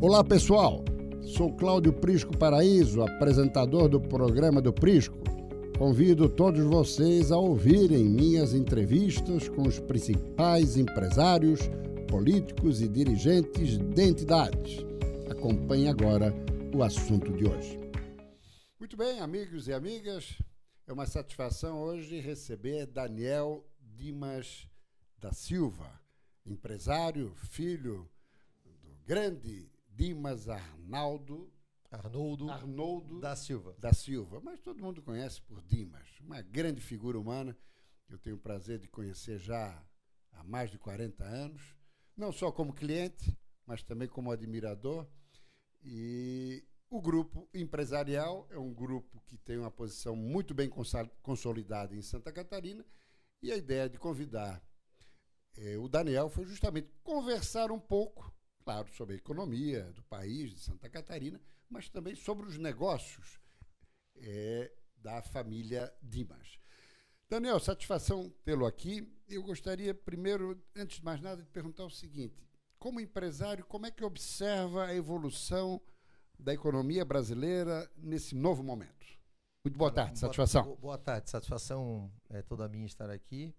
Olá pessoal, sou Cláudio Prisco Paraíso, apresentador do programa do Prisco. Convido todos vocês a ouvirem minhas entrevistas com os principais empresários, políticos e dirigentes de entidades. Acompanhe agora o assunto de hoje. Muito bem, amigos e amigas, é uma satisfação hoje receber Daniel Dimas da Silva, empresário, filho do grande Dimas Arnoldo da Silva, mas todo mundo conhece por Dimas, uma grande figura humana que eu tenho o prazer de conhecer já há mais de 40 anos, não só como cliente, mas também como admirador. E o grupo empresarial é um grupo que tem uma posição muito bem consolidada em Santa Catarina, e a ideia de convidar o Daniel foi justamente conversar um pouco, claro, sobre a economia do país, de Santa Catarina, mas também sobre os negócios da família Dimas. Daniel, satisfação tê-lo aqui. Eu gostaria, primeiro, antes de mais nada, de perguntar o seguinte: como empresário, como é que observa a evolução da economia brasileira nesse novo momento? Muito boa tarde, satisfação. Boa tarde, satisfação é toda minha estar aqui.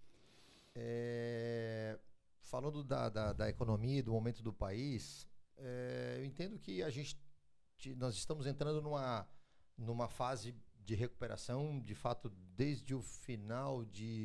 Falando da economia e do momento do país, eu entendo que nós estamos entrando numa fase de recuperação. De fato, desde o final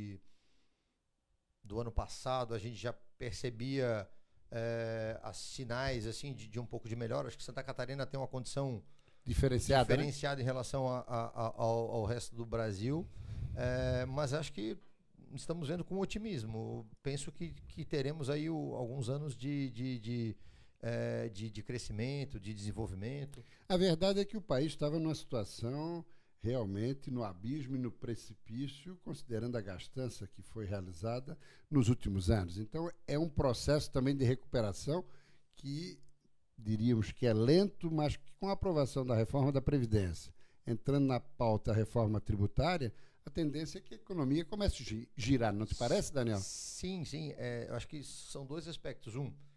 do ano passado, a gente já percebia as sinais assim, de um pouco de melhora. Acho que Santa Catarina tem uma condição diferenciada, né? Em relação ao resto do Brasil, mas acho que estamos vendo com otimismo. Penso que teremos aí alguns anos de crescimento, de desenvolvimento. A verdade é que o país estava numa situação realmente no abismo e no precipício, considerando a gastança que foi realizada nos últimos anos. Então, é um processo também de recuperação que diríamos que é lento, mas que com a aprovação da reforma da Previdência, entrando na pauta a reforma tributária, a tendência é que a economia comece a girar, não te parece, Daniel? Sim. Eu acho que são dois aspectos.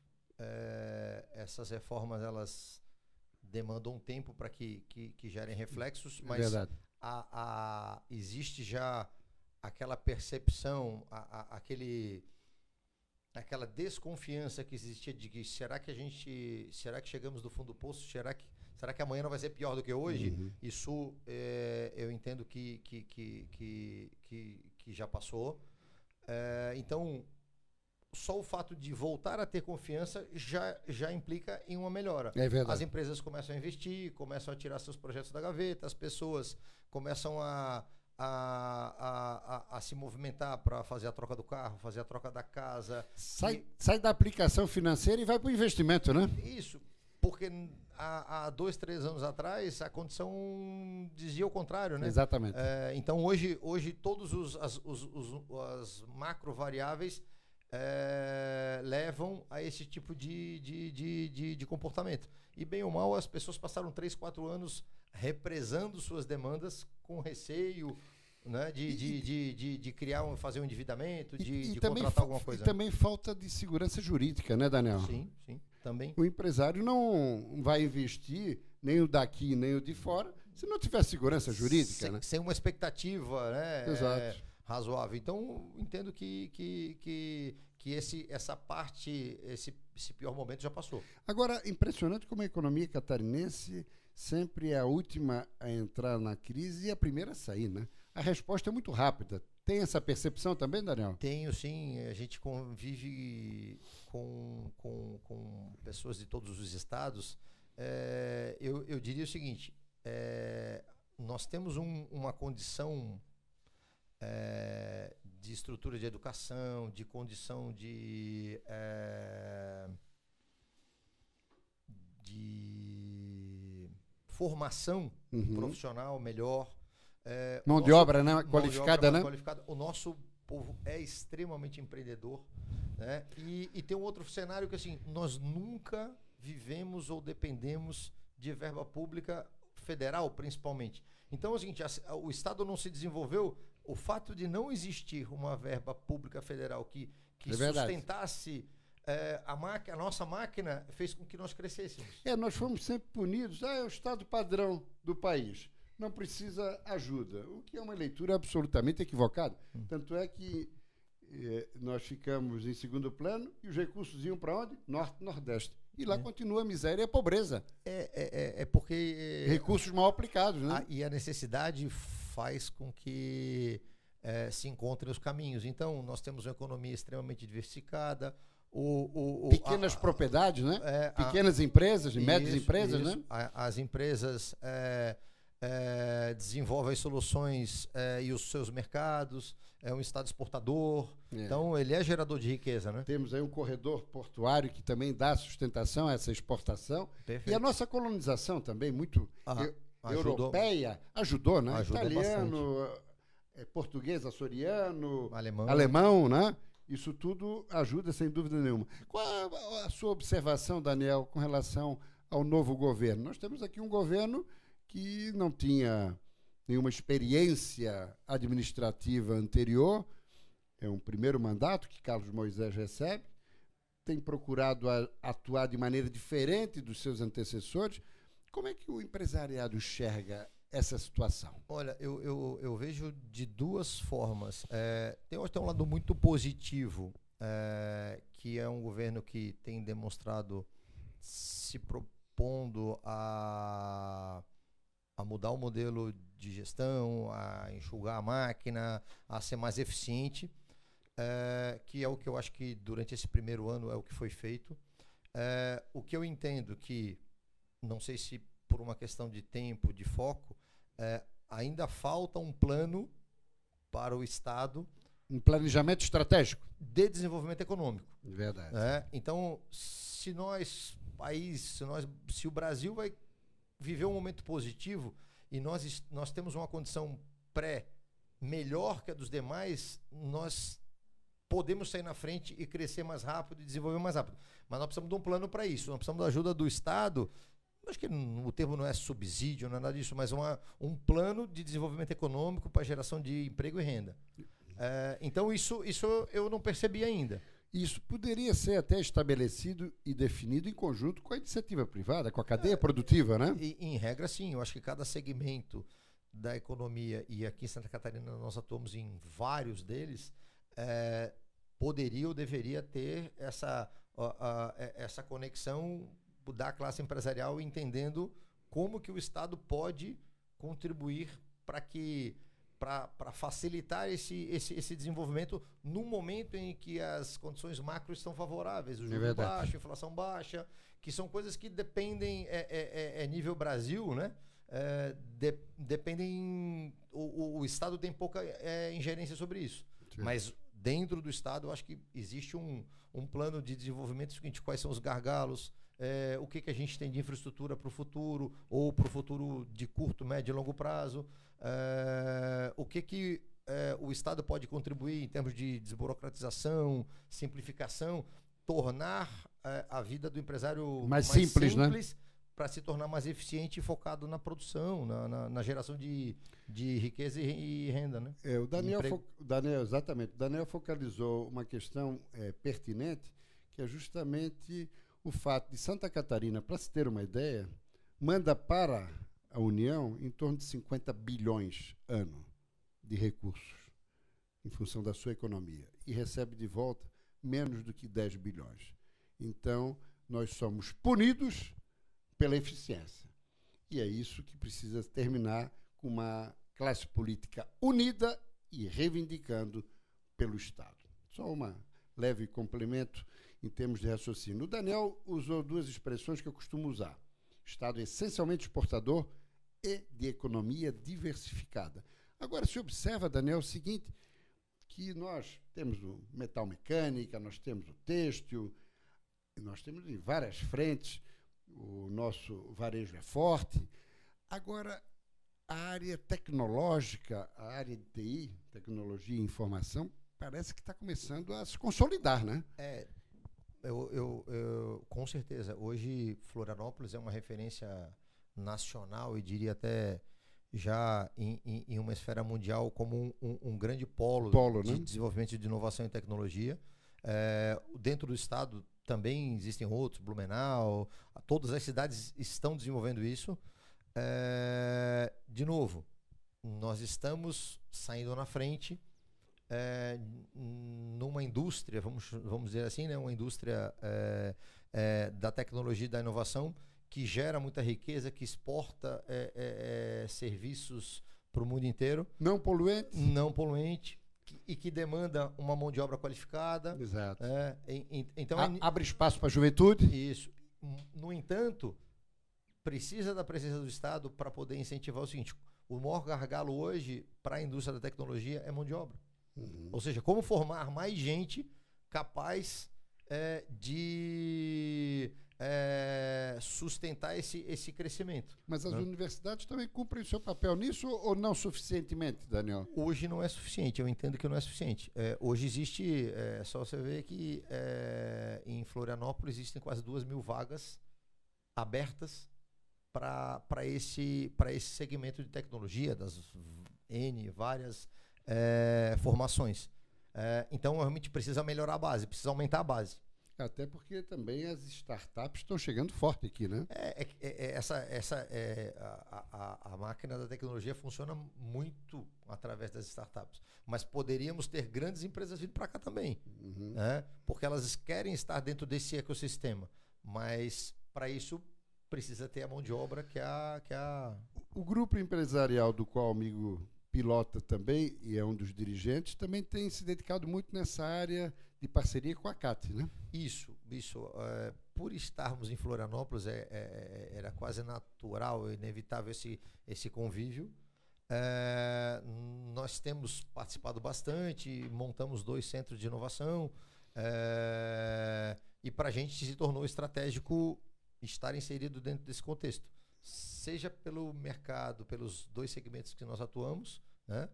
Essas reformas, elas demandam um tempo para que gerem reflexos, mas existe já aquela percepção, aquela desconfiança que existia de que será que chegamos do fundo do poço? Será que amanhã não vai ser pior do que hoje? Uhum. Isso eu entendo que já passou. Então, só o fato de voltar a ter confiança já implica em uma melhora. É verdade. As empresas começam a investir, começam a tirar seus projetos da gaveta, as pessoas começam a se movimentar para fazer a troca do carro, fazer a troca da casa. Sai da aplicação financeira e vai para o investimento, né? Isso, porque há 2, 3 anos atrás a condição dizia o contrário, né? Exatamente. Então hoje todos as macro variáveis levam a esse tipo de comportamento. E bem ou mal, as pessoas passaram 3, 4 anos represando suas demandas com receio, né, de fazer um endividamento, de contratar alguma coisa. E também falta de segurança jurídica, né, Daniel? Sim, também. O empresário não vai investir nem o daqui nem o de fora se não tiver segurança jurídica, né? Sem uma expectativa, né? Exato. Razoável. Então, entendo que essa parte, esse pior momento já passou. Agora, impressionante como a economia catarinense sempre é a última a entrar na crise e a primeira a sair, né? A resposta é muito rápida. Tem essa percepção também, Daniel? Tenho, sim. A gente convive com pessoas de todos os estados. Eu diria o seguinte, nós temos uma condição de estrutura de educação, de condição de formação profissional melhor. Mão de obra, né? Qualificada, né? O nosso povo é extremamente empreendedor, né? E tem um outro cenário que, assim, nós nunca vivemos ou dependemos de verba pública federal, principalmente. Então, é o seguinte, o Estado não se desenvolveu. O fato de não existir uma verba pública federal que sustentasse a nossa máquina fez com que nós crescêssemos. Nós fomos sempre punidos. É o estado padrão do país. Não precisa ajuda. O que é uma leitura absolutamente equivocada. Tanto é que nós ficamos em segundo plano e os recursos iam para onde? Norte e Nordeste. E lá continua a miséria e a pobreza. Porque... recursos mal aplicados, né? E a necessidade faz com que se encontrem os caminhos. Então, nós temos uma economia extremamente diversificada. Pequenas propriedades, né? Pequenas empresas, médias empresas, né? As empresas desenvolvem soluções e os seus mercados. É um estado exportador. Então, ele é gerador de riqueza, né? Temos aí um corredor portuário que também dá sustentação a essa exportação. Perfeito. E a nossa colonização também, muito europeia, ajudou, né? Italiano, português, açoriano, alemão, né? Isso tudo ajuda, sem dúvida nenhuma. Qual a sua observação, Daniel, com relação ao novo governo? Nós temos aqui um governo que não tinha nenhuma experiência administrativa anterior. É um primeiro mandato que Carlos Moisés recebe. Tem procurado atuar de maneira diferente dos seus antecessores. Como é que o empresariado enxerga essa situação? Olha, eu vejo de duas formas. Tem um lado muito positivo, que é um governo que tem demonstrado se propondo a mudar o modelo de gestão, a enxugar a máquina, a ser mais eficiente, que é o que eu acho que durante esse primeiro ano é o que foi feito. O que eu entendo que, não sei se por uma questão de tempo, de foco, ainda falta um plano para o Estado. Um planejamento estratégico de desenvolvimento econômico. Verdade. Então, se o Brasil vai viver um momento positivo e nós temos uma condição melhor que a dos demais, nós podemos sair na frente e crescer mais rápido e desenvolver mais rápido. Mas nós precisamos de um plano para isso. Nós precisamos da ajuda do Estado. Acho que o termo não é subsídio, não é nada disso, mas um plano de desenvolvimento econômico para geração de emprego e renda. Então, isso eu não percebi ainda. Isso poderia ser até estabelecido e definido em conjunto com a iniciativa privada, com a cadeia produtiva, né? Em regra, sim. Eu acho que cada segmento da economia, e aqui em Santa Catarina nós atuamos em vários deles, poderia ou deveria ter essa conexão da classe empresarial, entendendo como que o Estado pode contribuir para facilitar esse desenvolvimento no momento em que as condições macro estão favoráveis, o juro baixo, a inflação baixa, que são coisas que dependem, nível Brasil, né? Dependem, o Estado tem pouca ingerência sobre isso. Sim. Mas dentro do Estado, eu acho que existe um plano de desenvolvimento seguinte: quais são os gargalos, o que a gente tem de infraestrutura para o futuro, ou para o futuro de curto, médio e longo prazo, o que o Estado pode contribuir em termos de desburocratização, simplificação, tornar a vida do empresário mais simples, né? Para se tornar mais eficiente e focado na produção, na geração de riqueza e renda, né? Exatamente. O Daniel focalizou uma questão pertinente, que é justamente o fato de Santa Catarina, para se ter uma ideia, manda para a União em torno de 50 bilhões ano de recursos, em função da sua economia, e recebe de volta menos do que 10 bilhões. Então, nós somos punidos pela eficiência. E é isso que precisa terminar, com uma classe política unida e reivindicando pelo Estado. Só uma leve complemento em termos de raciocínio. O Daniel usou duas expressões que eu costumo usar: Estado essencialmente exportador e de economia diversificada. Agora, se observa, Daniel, o seguinte, que nós temos o metal mecânica, nós temos o têxtil, nós temos em várias frentes, o nosso varejo é forte. Agora, a área tecnológica, a área de TI, tecnologia e informação, parece que está começando a se consolidar, né? Com certeza. Hoje, Florianópolis é uma referência nacional e diria até já em uma esfera mundial como um grande polo de, né? desenvolvimento de inovação e tecnologia. Dentro do estado também existem outros, Blumenau, todas as cidades estão desenvolvendo isso. De novo, nós estamos saindo na frente numa indústria, vamos dizer assim, né, uma indústria da tecnologia e da inovação que gera muita riqueza, que exporta serviços para o mundo inteiro. Não poluente. Não poluente. E que demanda uma mão de obra qualificada. Exato. Então, abre espaço para a juventude. Isso. No entanto, precisa da presença do Estado para poder incentivar o seguinte: o maior gargalo hoje para a indústria da tecnologia é mão de obra. Ou seja, como formar mais gente capaz de sustentar esse crescimento. Mas as universidades também cumprem o seu papel nisso ou não suficientemente, Daniel? Hoje não é suficiente, eu entendo que não é suficiente. Hoje existe, só você ver que em Florianópolis existem quase 2.000 vagas abertas para esse segmento de tecnologia, das várias formações. Então, realmente precisa melhorar a base, precisa aumentar a base. Até porque também as startups estão chegando forte aqui, né? A máquina da tecnologia funciona muito através das startups. Mas poderíamos ter grandes empresas vindo para cá também. Né? Porque elas querem estar dentro desse ecossistema. Mas, para isso, precisa ter a mão de obra que a... O grupo empresarial do qual o amigo pilota também, e é um dos dirigentes, também tem se dedicado muito nessa área de parceria com a CAT, né? Isso. Por estarmos em Florianópolis, era quase natural, inevitável esse convívio. Nós temos participado bastante, montamos 2 centros de inovação, e para a gente se tornou estratégico estar inserido dentro desse contexto. Seja pelo mercado, pelos 2 segmentos que nós atuamos, né?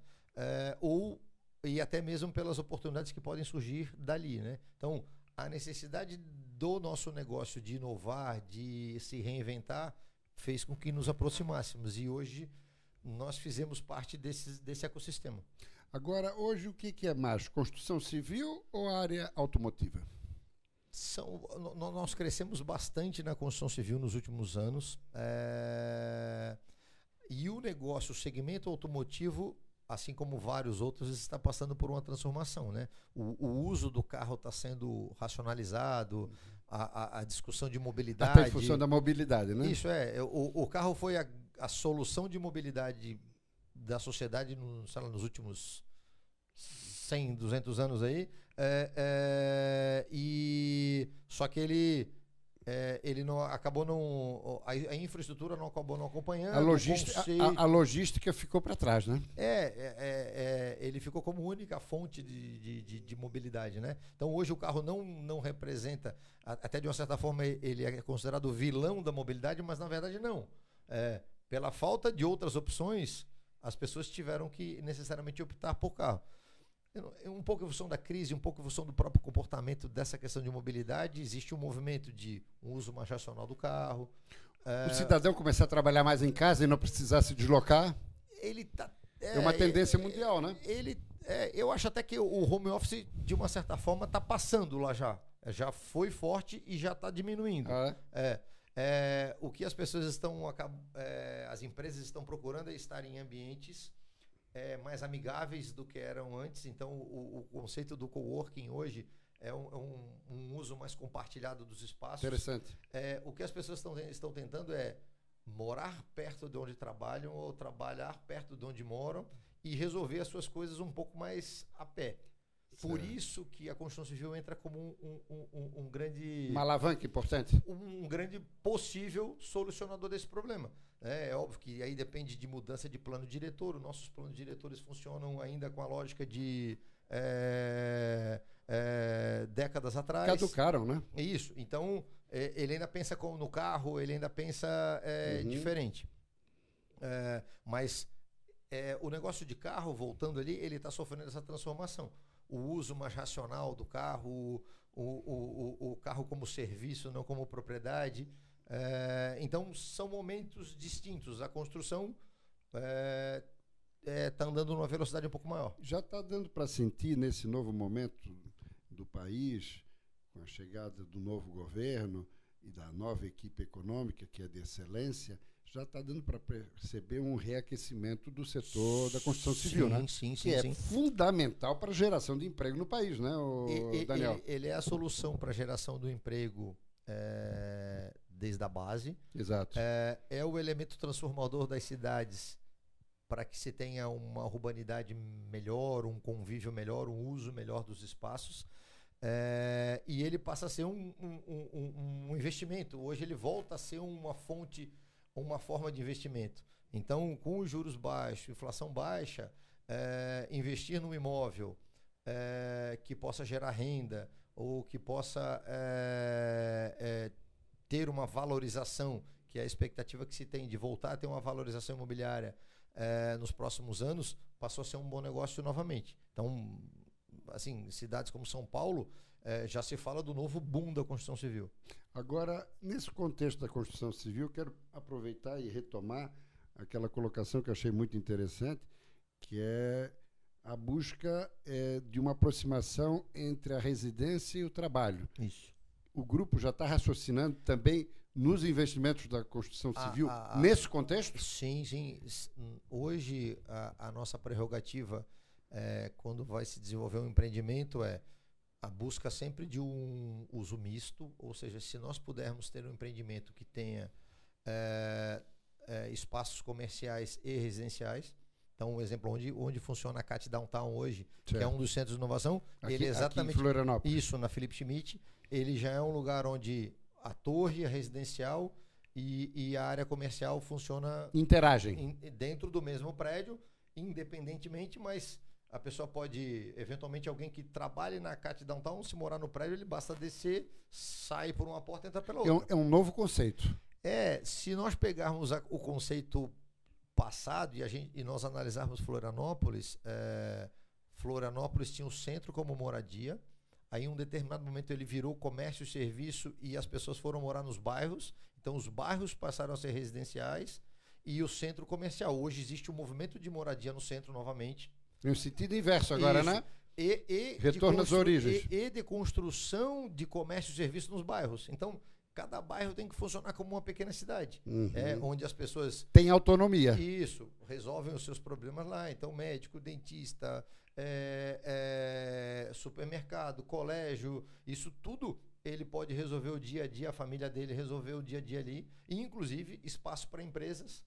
E até mesmo pelas oportunidades que podem surgir dali, né? Então, a necessidade do nosso negócio de inovar, de se reinventar, fez com que nos aproximássemos. E hoje nós fizemos parte desse ecossistema. Agora, hoje o que é mais? Construção civil ou área automotiva? Nós crescemos bastante na construção civil nos últimos anos. E o negócio, o segmento automotivo, assim como vários outros, está passando por uma transformação, né? O uso do carro está sendo racionalizado, a discussão de mobilidade... Até em função da mobilidade, né? Isso, o carro foi a solução de mobilidade da sociedade nos últimos 100, 200 anos aí, só que ele não acabou não, a infraestrutura não acabou não acompanhando. A logística ficou para trás, né? Ele ficou como única fonte de mobilidade, né? Então hoje o carro não representa, até de uma certa forma ele é considerado o vilão da mobilidade, mas na verdade não. Pela falta de outras opções, as pessoas tiveram que necessariamente optar por carro. Um pouco em função da crise, um pouco em função do próprio comportamento dessa questão de mobilidade, existe um movimento de um uso mais racional do carro. O cidadão começar a trabalhar mais em casa e não precisar se deslocar? É uma tendência mundial, né? Eu acho até que o home office, de uma certa forma, está passando lá já. Já foi forte e já está diminuindo. O que as pessoas as empresas estão procurando é estar em ambientes mais amigáveis do que eram antes. Então, o conceito do coworking hoje é um uso mais compartilhado dos espaços. Interessante. O que as pessoas estão tentando é morar perto de onde trabalham ou trabalhar perto de onde moram e resolver as suas coisas um pouco mais a pé. Por isso que a construção civil entra como um grande... Uma alavanca importante. Um grande possível solucionador desse problema. É óbvio que aí depende de mudança de plano diretor. Os nossos planos diretores funcionam ainda com a lógica de décadas atrás. Caducaram, né? Isso. Então, ele ainda pensa como no carro, ele ainda pensa diferente. Mas o negócio de carro, voltando ali, ele está sofrendo essa transformação. O uso mais racional do carro, o carro como serviço, não como propriedade. Então, são momentos distintos. A construção está andando numa velocidade um pouco maior. Já está dando para sentir, nesse novo momento do país, com a chegada do novo governo e da nova equipe econômica, que é de excelência, já está dando para perceber um reaquecimento do setor da construção civil, né? Sim, que é fundamental para a geração de emprego no país, né, Daniel? Ele é a solução para a geração do emprego desde a base. Exato. É o elemento transformador das cidades para que se tenha uma urbanidade melhor, um convívio melhor, um uso melhor dos espaços. E ele passa a ser um investimento. Hoje ele volta a ser uma fonte, uma forma de investimento. Então, com os juros baixos, inflação baixa, investir no imóvel que possa gerar renda ou que possa ter uma valorização, que é a expectativa que se tem de voltar a ter uma valorização imobiliária nos próximos anos, passou a ser um bom negócio novamente. Então, assim, cidades como São Paulo, já se fala do novo boom da construção civil. Agora, nesse contexto da construção civil, quero aproveitar e retomar aquela colocação que eu achei muito interessante, que é a busca de uma aproximação entre a residência e o trabalho. Isso. O grupo já está raciocinando também nos investimentos da construção civil nesse contexto? Sim. Hoje, a nossa prerrogativa, quando vai se desenvolver um empreendimento, a busca sempre de um uso misto, ou seja, se nós pudermos ter um empreendimento que tenha espaços comerciais e residenciais. Então, um exemplo onde funciona a CAT Downtown hoje, certo, que é um dos centros de inovação, ele exatamente aqui em Florianópolis. Isso, na Felipe Schmidt, ele já é um lugar onde a torre, a residencial e a área comercial interagem dentro do mesmo prédio, independentemente, mas a pessoa pode, eventualmente, alguém que trabalhe na CAT Downtown, se morar no prédio, ele basta descer, sair por uma porta e entrar pela outra. É um novo conceito. Se nós pegarmos o conceito passado e nós analisarmos Florianópolis, Florianópolis tinha o centro como moradia, aí em um determinado momento ele virou comércio e serviço e as pessoas foram morar nos bairros, então os bairros passaram a ser residenciais e o centro comercial. Hoje existe um movimento de moradia no centro novamente. Em um sentido inverso agora, isso, né? Retorno às origens. E de construção de comércio e serviço nos bairros. Então, cada bairro tem que funcionar como uma pequena cidade, onde as pessoas têm autonomia. Isso, resolvem os seus problemas lá. Então, médico, dentista, supermercado, colégio, isso tudo ele pode resolver o dia a dia, a família dele resolver o dia a dia ali, e inclusive espaço para empresas,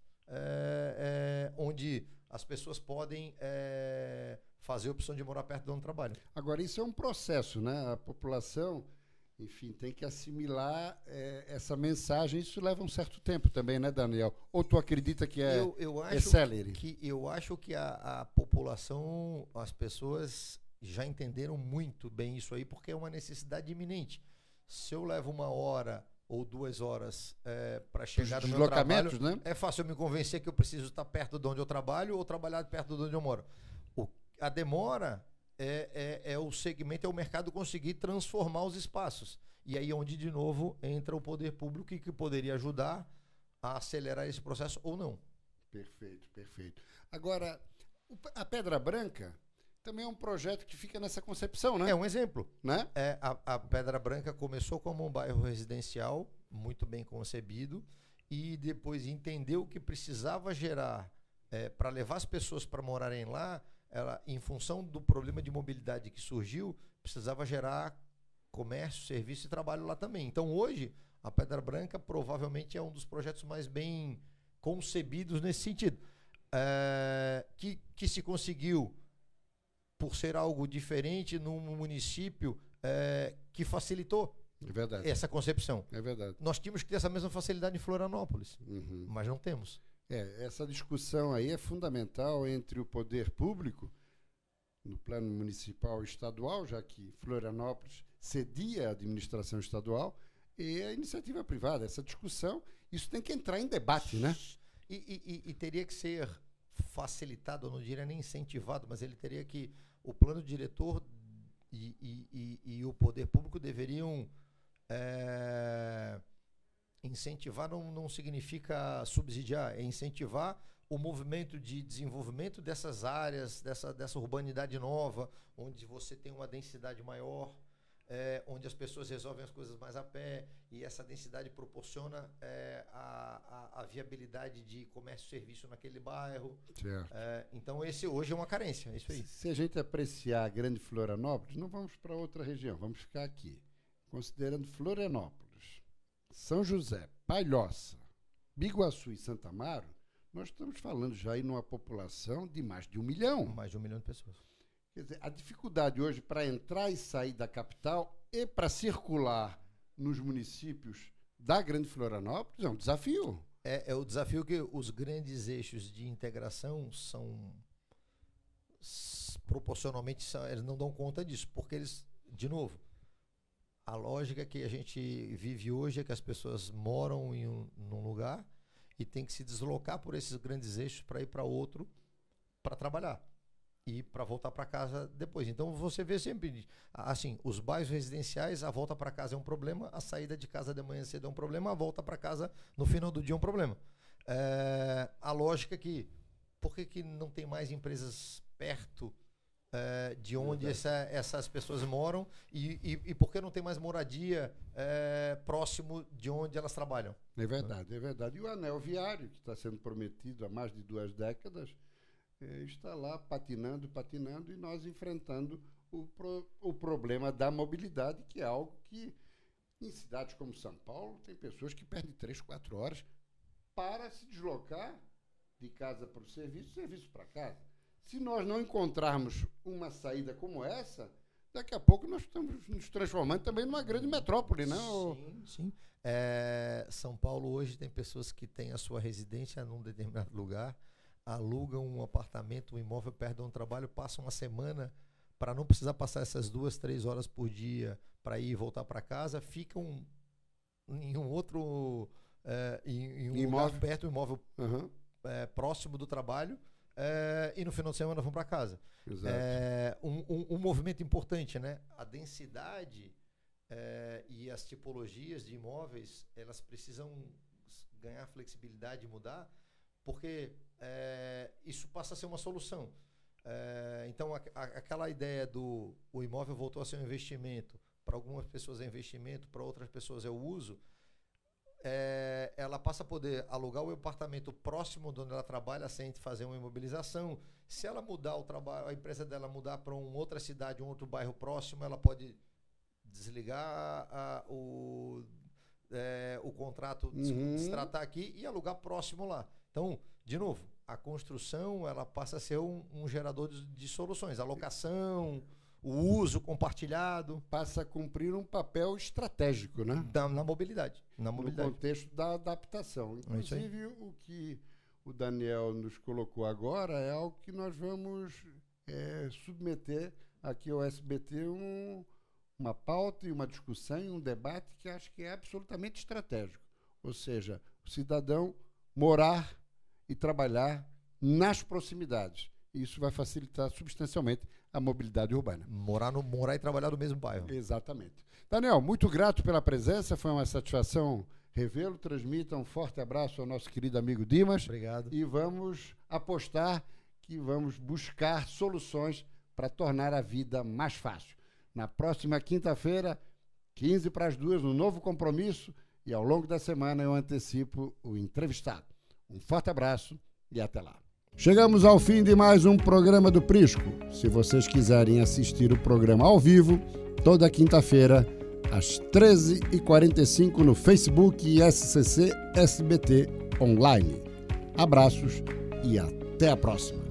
onde as pessoas podem fazer a opção de morar perto de onde trabalham. Agora, isso é um processo, né? A população, enfim, tem que assimilar essa mensagem. Isso leva um certo tempo também, né, Daniel? Ou tu acredita que é célere? Eu acho que a população, as pessoas já entenderam muito bem isso aí, porque é uma necessidade iminente. Se eu levo 1 hora ou 2 horas para chegar no meu trabalho, né? É fácil eu me convencer que eu preciso estar perto de onde eu trabalho ou trabalhar perto de onde eu moro. A demora é o segmento, é o mercado conseguir transformar os espaços. E aí onde, de novo, entra o poder público que poderia ajudar a acelerar esse processo ou não. Perfeito. Agora, a Pedra Branca também é um projeto que fica nessa concepção, né? É um exemplo, né? A Pedra Branca começou como um bairro residencial, muito bem concebido, e depois entendeu que precisava gerar, para levar as pessoas para morarem lá, ela, em função do problema de mobilidade que surgiu, precisava gerar comércio, serviço e trabalho lá também. Então, hoje, a Pedra Branca provavelmente é um dos projetos mais bem concebidos nesse sentido. Que se conseguiu, por ser algo diferente num município que facilitou essa concepção. É verdade. Nós tínhamos que ter essa mesma facilidade em Florianópolis, mas não temos. Essa discussão aí é fundamental entre o poder público, no plano municipal e estadual, já que Florianópolis cedia a administração estadual, e a iniciativa privada. Essa discussão, isso tem que entrar em debate, né? E teria que ser facilitado, eu não diria nem incentivado, mas ele teria que... O plano diretor e o poder público deveriam... incentivar não significa subsidiar, é incentivar o movimento de desenvolvimento dessas áreas, dessa urbanidade nova, onde você tem uma densidade maior, onde as pessoas resolvem as coisas mais a pé, e essa densidade proporciona a viabilidade de comércio e serviço naquele bairro. Então esse hoje é uma carência, é isso aí. Se a gente apreciar a grande Florianópolis, não vamos para outra região, vamos ficar aqui. Considerando Florianópolis, São José, Palhoça, Biguaçu e Santa Amaro, nós estamos falando já aí numa população de mais de 1 milhão. Mais de 1 milhão de pessoas. Quer dizer, a dificuldade hoje para entrar e sair da capital e para circular nos municípios da grande Florianópolis é um desafio. É o desafio que os grandes eixos de integração são, proporcionalmente, eles não dão conta disso, porque eles, de novo, a lógica que a gente vive hoje é que as pessoas moram num lugar e tem que se deslocar por esses grandes eixos para ir para outro para trabalhar e para voltar para casa depois. Então você vê sempre assim, os bairros residenciais, a volta para casa é um problema, a saída de casa de manhã cedo é um problema, a volta para casa no final do dia é um problema. A lógica é que por que não tem mais empresas perto de onde essas pessoas moram e por que não tem mais moradia próximo de onde elas trabalham? É verdade, é verdade. E o anel viário, que está sendo prometido há mais de 2 décadas, está lá patinando, e nós enfrentando o problema da mobilidade, que é algo que, em cidades como São Paulo, tem pessoas que perdem 3, 4 horas para se deslocar de casa para o serviço para casa. Se nós não encontrarmos uma saída como essa, daqui a pouco nós estamos nos transformando também numa grande metrópole, não? Sim. São Paulo hoje tem pessoas que têm a sua residência num determinado lugar, alugam um apartamento, um imóvel perto de um trabalho, passam uma semana para não precisar passar essas 2, 3 horas por dia para ir e voltar para casa, ficam em um outro em um imóvel lugar perto, um imóvel próximo do trabalho, e no final de semana vão para casa. Exato. Um movimento importante, né? A densidade e as tipologias de imóveis, elas precisam ganhar flexibilidade e mudar, porque isso passa a ser uma solução. Então, aquela ideia do o imóvel voltou a ser um investimento, para algumas pessoas é investimento, para outras pessoas é o uso, ela passa a poder alugar o apartamento próximo de onde ela trabalha sem fazer uma imobilização. Se ela mudar o trabalho, a empresa dela mudar para uma outra cidade, um outro bairro próximo, ela pode desligar o contrato, destratar aqui e alugar próximo lá. Então, de novo, a construção ela passa a ser um gerador de soluções. A locação, o uso compartilhado. Passa a cumprir um papel estratégico, né? Na mobilidade. No contexto da adaptação. Inclusive, o que o Daniel nos colocou agora é algo que nós vamos submeter aqui ao SBT uma pauta e uma discussão e um debate que acho que é absolutamente estratégico. Ou seja, o cidadão morar e trabalhar nas proximidades. Isso vai facilitar substancialmente a mobilidade urbana. Morar e trabalhar no mesmo bairro. Exatamente. Daniel, muito grato pela presença, foi uma satisfação revê-lo. Transmita um forte abraço ao nosso querido amigo Dimas. Obrigado. E vamos apostar que vamos buscar soluções para tornar a vida mais fácil. Na próxima quinta-feira, 1:45, no novo compromisso, e ao longo da semana eu antecipo o entrevistado. Um forte abraço e até lá. Chegamos ao fim de mais um programa do Prisco. Se vocês quiserem assistir o programa ao vivo, toda quinta-feira, às 13h45 no Facebook e SCC SBT Online. Abraços e até a próxima.